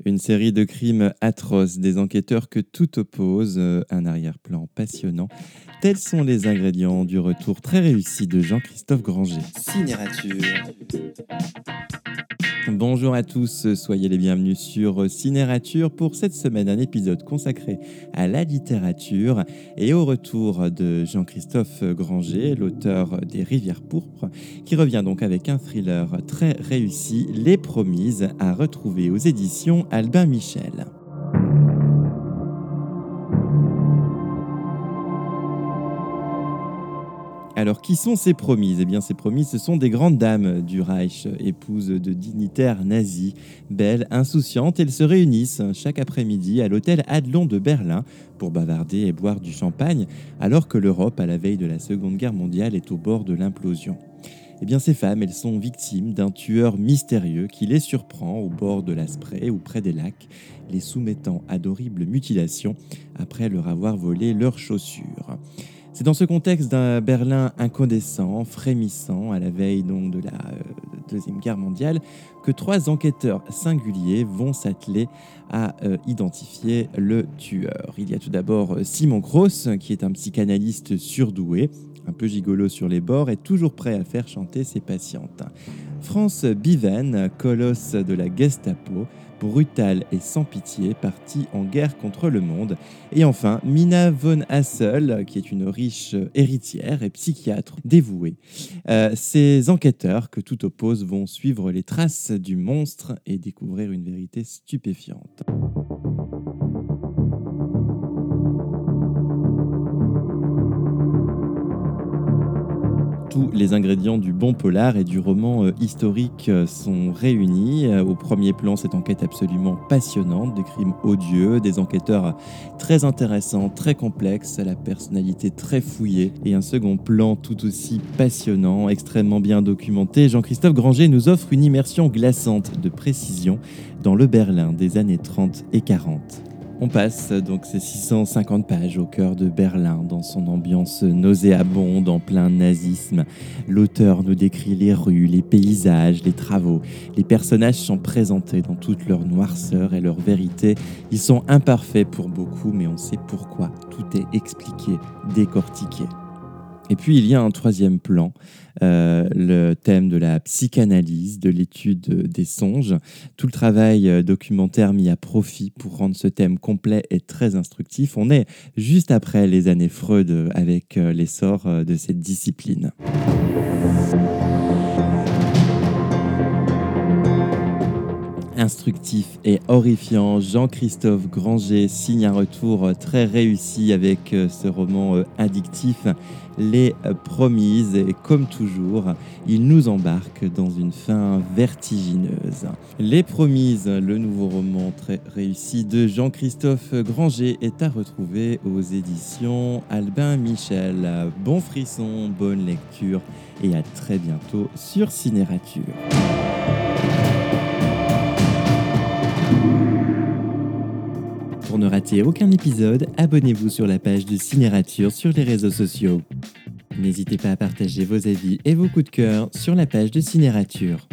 Une série de crimes atroces, des enquêteurs que tout oppose, un arrière-plan passionnant. Tels sont les ingrédients du retour très réussi de Jean-Christophe Granger. Cinérature. Bonjour à tous, soyez les bienvenus sur Cinérature pour cette semaine, un épisode consacré à la littérature et au retour de Jean-Christophe Granger, l'auteur des Rivières pourpres, qui revient donc avec un thriller très réussi, Les Promises, à retrouver aux éditions Albin Michel. Alors, qui sont ces promises ? Eh bien, ces promises, ce sont des grandes dames du Reich, épouses de dignitaires nazis. Belles, insouciantes, elles se réunissent chaque après-midi à l'hôtel Adlon de Berlin pour bavarder et boire du champagne, alors que l'Europe, à la veille de la Seconde Guerre mondiale, est au bord de l'implosion. Eh bien, ces femmes, elles sont victimes d'un tueur mystérieux qui les surprend au bord de la Spree ou près des lacs, les soumettant à d'horribles mutilations après leur avoir volé leurs chaussures. C'est dans ce contexte d'un Berlin incandescent, frémissant, à la veille donc de la Deuxième Guerre mondiale, que trois enquêteurs singuliers vont s'atteler à identifier le tueur. Il y a tout d'abord Simon Gross, qui est un psychanalyste surdoué, un peu gigolo sur les bords et toujours prêt à faire chanter ses patientes. Franz Biven, colosse de la Gestapo, brutal et sans pitié, parti en guerre contre le monde. Et enfin, Mina von Hassel, qui est une riche héritière et psychiatre dévouée. Ces enquêteurs que tout oppose vont suivre les traces du monstre et découvrir une vérité stupéfiante. Tous les ingrédients du bon polar et du roman historique sont réunis. Au premier plan, cette enquête absolument passionnante, des crimes odieux, des enquêteurs très intéressants, très complexes, à la personnalité très fouillée, et un second plan tout aussi passionnant, extrêmement bien documenté. Jean-Christophe Granger nous offre une immersion glaçante de précision dans le Berlin des années 30 et 40. On passe donc ces 650 pages au cœur de Berlin, dans son ambiance nauséabonde en plein nazisme. L'auteur nous décrit les rues, les paysages, les travaux. Les personnages sont présentés dans toute leur noirceur et leur vérité. Ils sont imparfaits pour beaucoup, mais on sait pourquoi. Tout est expliqué, décortiqué. Et puis il y a un troisième plan, le thème de la psychanalyse, de l'étude des songes, tout le travail documentaire mis à profit pour rendre ce thème complet et très instructif. On est juste après les années Freud avec l'essor de cette discipline. Instructif et horrifiant, Jean-Christophe Granger signe un retour très réussi avec ce roman addictif, Les Promises, et comme toujours, il nous embarque dans une fin vertigineuse. Les Promises, le nouveau roman très réussi de Jean-Christophe Granger, est à retrouver aux éditions Albin Michel. Bon frisson, bonne lecture et à très bientôt sur Cinérature. Pour ne rater aucun épisode, abonnez-vous sur la page de Cinérature sur les réseaux sociaux. N'hésitez pas à partager vos avis et vos coups de cœur sur la page de Cinérature.